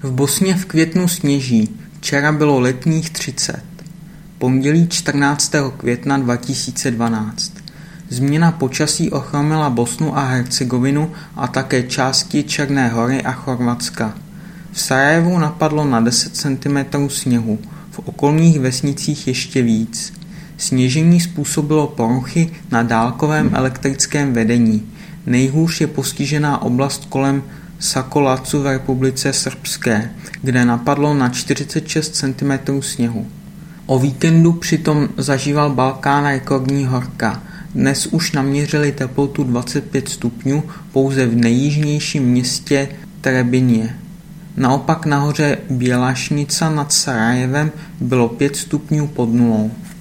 V Bosně v květnu sněží, včera bylo letních 30. Pondělí 14. května 2012. Změna počasí ochromila Bosnu a Hercegovinu a také části Černé Hory a Chorvatska. V Sarajevu napadlo na 10 cm sněhu, v okolních vesnicích ještě víc. Sněžení způsobilo poruchy na dálkovém elektrickém vedení. Nejhůř je postižená oblast kolem Sakolacu v Republice Srbské, kde napadlo na 46 cm sněhu. O víkendu přitom zažíval Balkán rekordní horka. Dnes už naměřili teplotu 25 stupňů pouze v nejjižnějším městě Trebinje. Naopak nahoře Bělašnica nad Sarajevem bylo 5 stupňů pod nulou.